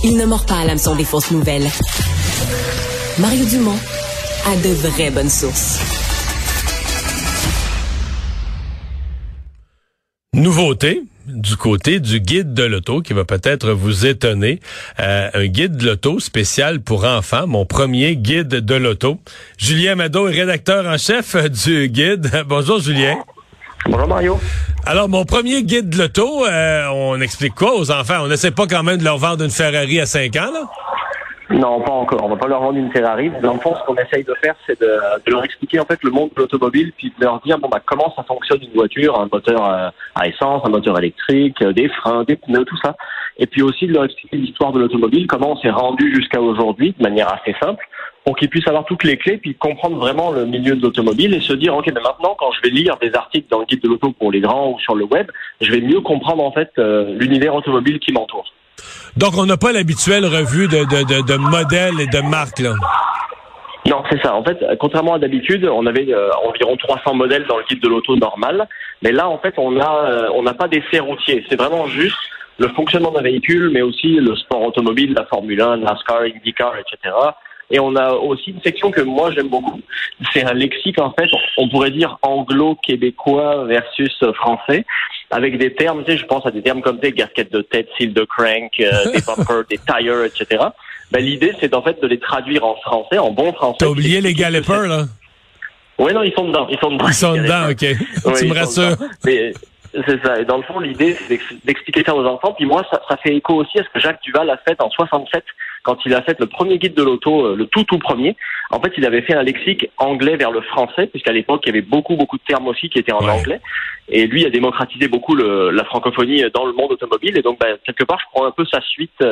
Il ne mord pas à l'hameçon des fausses nouvelles. Mario Dumont a de vraies bonnes sources. Nouveauté du côté du guide de l'auto qui va peut-être vous étonner. Un guide de l'auto spécial pour enfants, mon premier guide de l'auto. Julien Mado est rédacteur en chef du guide. Bonjour Julien. Bonjour Mario. Alors, mon premier guide de l'auto, on explique quoi aux enfants? On n'essaie pas quand même de leur vendre une Ferrari à 5 ans, là? Non, pas encore. On va pas leur vendre une Ferrari. Dans le fond, ce qu'on essaye de faire, c'est de leur expliquer en fait le monde de l'automobile, puis de leur dire comment ça fonctionne une voiture, un moteur à essence, un moteur électrique, des freins, des pneus, tout ça. Et puis aussi de leur expliquer l'histoire de l'automobile, comment on s'est rendu jusqu'à aujourd'hui, de manière assez simple, pour qu'ils puissent avoir toutes les clés, puis comprendre vraiment le milieu de l'automobile et se dire, ok, mais maintenant, quand je vais lire des articles dans le guide de l'auto pour les grands ou sur le web, je vais mieux comprendre en fait l'univers automobile qui m'entoure. Donc, on n'a pas l'habituelle revue de modèles et de marques, là. Non, c'est ça. En fait, contrairement à d'habitude, on avait environ 300 modèles dans le guide de l'auto normal. Mais là, en fait, on n'a pas d'essai routier. C'est vraiment juste le fonctionnement d'un véhicule, mais aussi le sport automobile, la Formule 1, NASCAR, IndyCar, etc. Et on a aussi une section que moi j'aime beaucoup. C'est un lexique, en fait, on pourrait dire anglo-québécois versus français, avec des termes, tu sais, je pense à des termes comme des gasquettes de tête, cils de crank, des bumpers, des tires, etc. Ben, l'idée, c'est en fait de les traduire en français, en bon français. T'as oublié les galipers, là? Oui, non, ils sont dedans. Ils sont dedans, OK. Oui, tu me rassures. Mais c'est ça. Et dans le fond, l'idée, c'est d'expliquer ça aux enfants. Puis moi, ça fait écho aussi à ce que Jacques Duval a fait en 67, quand il a fait le premier guide de l'auto, le tout premier. En fait, il avait fait un lexique anglais vers le français, puisqu'à l'époque, il y avait beaucoup de termes aussi qui étaient en anglais. Et lui a démocratisé beaucoup la francophonie dans le monde automobile. Et donc, quelque part, je prends un peu sa suite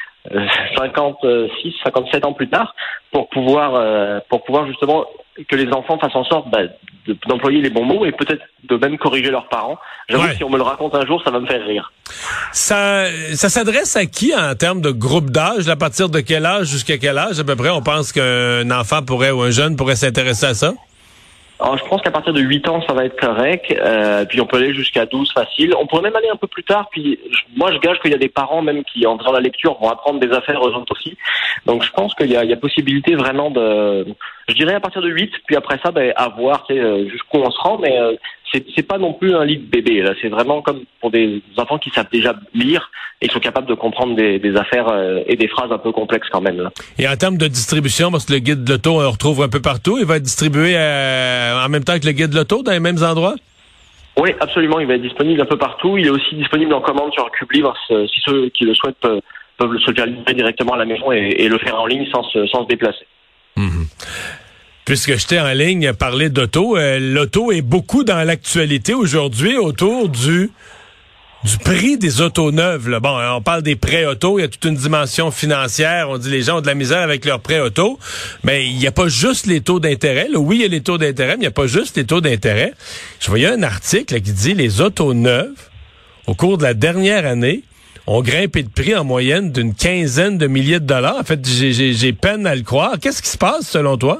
56, 57 ans plus tard, pour pouvoir justement que les enfants fassent en sorte d'employer les bons mots et peut-être de même corriger leurs parents. J'avoue que si on me le raconte un jour, ça va me faire rire. Ça s'adresse à qui en termes de groupe d'âge? À partir de quel âge jusqu'à quel âge à peu près on pense qu'un enfant ou un jeune pourrait s'intéresser à ça? Alors, je pense qu'à partir de 8 ans, ça va être correct. Puis on peut aller jusqu'à 12 facile. On pourrait même aller un peu plus tard. Puis moi, je gage qu'il y a des parents même qui, en faisant la lecture, vont apprendre des affaires aux autres aussi. Donc, je pense qu'il y a possibilité vraiment je dirais à partir de 8. Puis après ça, à voir jusqu'où on se rend. Mais c'est pas non plus un livre bébé. Là, c'est vraiment comme pour des enfants qui savent déjà lire et qui sont capables de comprendre des affaires et des phrases un peu complexes quand même. Là. Et en termes de distribution, parce que le guide de l'auto, on le retrouve un peu partout, il va être distribué en même temps que le guide de l'auto dans les mêmes endroits? Oui, absolument. Il va être disponible un peu partout. Il est aussi disponible en commande sur Cube Livre si ceux qui le souhaitent peuvent se faire livrer directement à la maison et le faire en ligne sans se déplacer. Mmh. Puisque j'étais en ligne parler d'auto, l'auto est beaucoup dans l'actualité aujourd'hui autour du prix des autos neuves. Là. Bon, on parle des prêts auto, il y a toute une dimension financière. On dit les gens ont de la misère avec leurs prêts auto, mais il n'y a pas juste les taux d'intérêt. Là. Oui, il y a les taux d'intérêt, mais il n'y a pas juste les taux d'intérêt. Je voyais un article qui dit les autos neuves, au cours de la dernière année, ont grimpé de prix en moyenne d'une quinzaine de milliers de dollars. En fait, j'ai peine à le croire. Qu'est-ce qui se passe selon toi?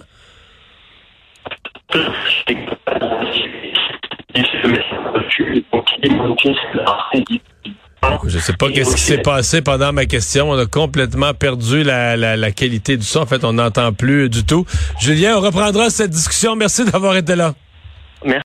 Je sais pas qu'est-ce qui s'est passé pendant ma question. On a complètement perdu la qualité du son. En fait, on n'entend plus du tout. Julien, on reprendra cette discussion. Merci d'avoir été là.